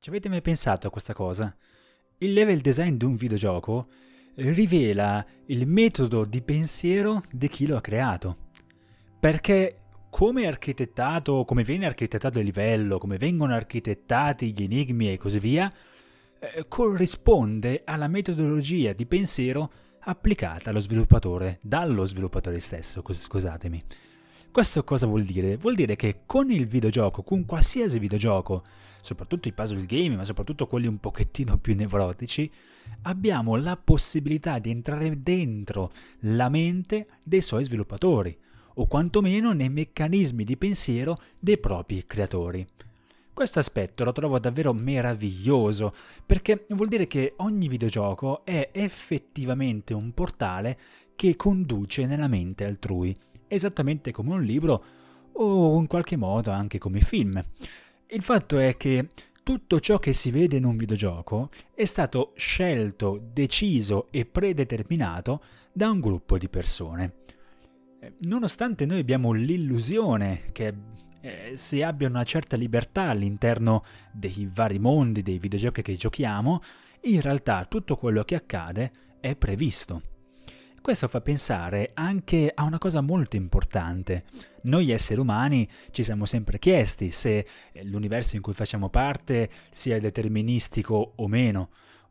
Ci avete mai pensato a questa cosa? Il level design di un videogioco rivela il metodo di pensiero di chi lo ha creato. Perché come è architettato, come viene architettato il livello, come vengono architettati gli enigmi e così via, corrisponde alla metodologia di pensiero applicata allo sviluppatore, dallo sviluppatore stesso, scusatemi. Questo cosa vuol dire? Vuol dire che con il videogioco, con qualsiasi videogioco, soprattutto i puzzle game, ma soprattutto quelli un pochettino più nevrotici, abbiamo la possibilità di entrare dentro la mente dei suoi sviluppatori, o quantomeno nei meccanismi di pensiero dei propri creatori. Questo aspetto lo trovo davvero meraviglioso, perché vuol dire che ogni videogioco è effettivamente un portale che conduce nella mente altrui, esattamente come un libro o in qualche modo anche come film. Il fatto è che tutto ciò che si vede in un videogioco è stato scelto, deciso e predeterminato da un gruppo di persone. Nonostante noi abbiamo l'illusione che si abbia una certa libertà all'interno dei vari mondi, dei videogiochi che giochiamo, in realtà tutto quello che accade è previsto. Questo fa pensare anche a una cosa molto importante. Noi esseri umani ci siamo sempre chiesti se l'universo in cui facciamo parte sia deterministico o meno.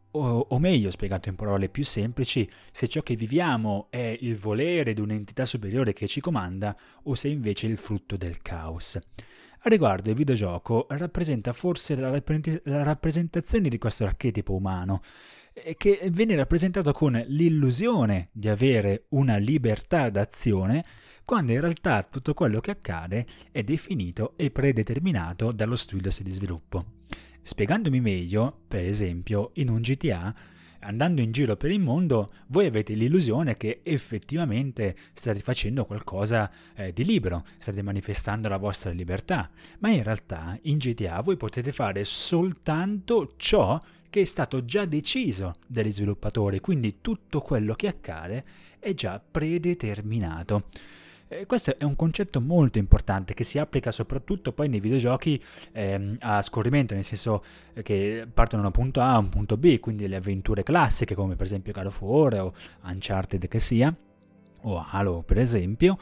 O meglio, spiegato in parole più semplici, se ciò che viviamo è il volere di un'entità superiore che ci comanda o se invece è il frutto del caos. A riguardo il videogioco rappresenta forse la rappresentazione di questo archetipo umano, che viene rappresentato con l'illusione di avere una libertà d'azione, quando in realtà tutto quello che accade è definito e predeterminato dallo studio di sviluppo. Spiegandomi meglio, per esempio, in un GTA, andando in giro per il mondo, voi avete l'illusione che effettivamente state facendo qualcosa di libero, state manifestando la vostra libertà, ma in realtà in GTA voi potete fare soltanto ciò che è stato già deciso dagli sviluppatori, quindi tutto quello che accade è già predeterminato. Questo è un concetto molto importante che si applica soprattutto poi nei videogiochi a scorrimento, nel senso che partono da un punto A a un punto B, quindi le avventure classiche come per esempio God of War o Uncharted che sia, o Halo per esempio,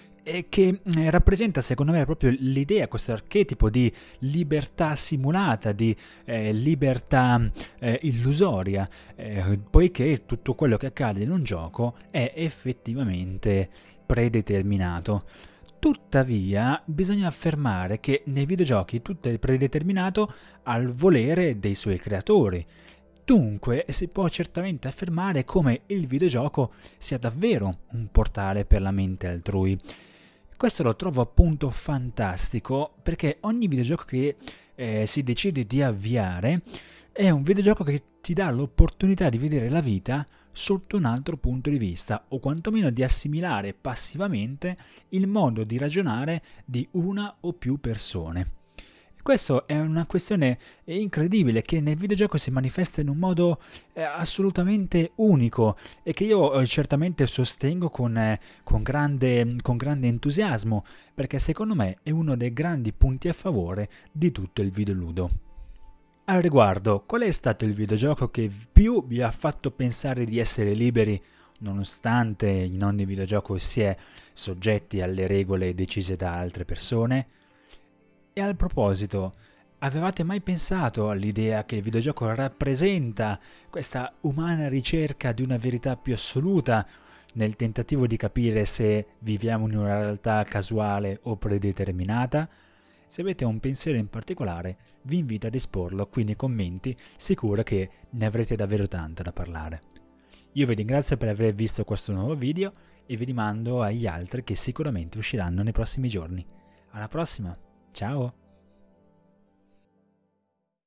e che rappresenta secondo me proprio l'idea, questo archetipo di libertà simulata, di libertà illusoria, poiché tutto quello che accade in un gioco è effettivamente predeterminato. Tuttavia, bisogna affermare che nei videogiochi tutto è predeterminato al volere dei suoi creatori. Dunque, si può certamente affermare come il videogioco sia davvero un portale per la mente altrui. Questo lo trovo appunto fantastico perché ogni videogioco che si decide di avviare è un videogioco che ti dà l'opportunità di vedere la vita sotto un altro punto di vista o quantomeno di assimilare passivamente il modo di ragionare di una o più persone. Questo è una questione incredibile che nel videogioco si manifesta in un modo assolutamente unico e che io certamente sostengo con grande entusiasmo, perché secondo me è uno dei grandi punti a favore di tutto il videoludo. Al riguardo, qual è stato il videogioco che più vi ha fatto pensare di essere liberi, nonostante in ogni videogioco si è soggetti alle regole decise da altre persone? E al proposito, avevate mai pensato all'idea che il videogioco rappresenta questa umana ricerca di una verità più assoluta nel tentativo di capire se viviamo in una realtà casuale o predeterminata? Se avete un pensiero in particolare, vi invito ad esporlo qui nei commenti, sicuro che ne avrete davvero tanto da parlare. Io vi ringrazio per aver visto questo nuovo video e vi rimando agli altri che sicuramente usciranno nei prossimi giorni. Alla prossima! Ciao!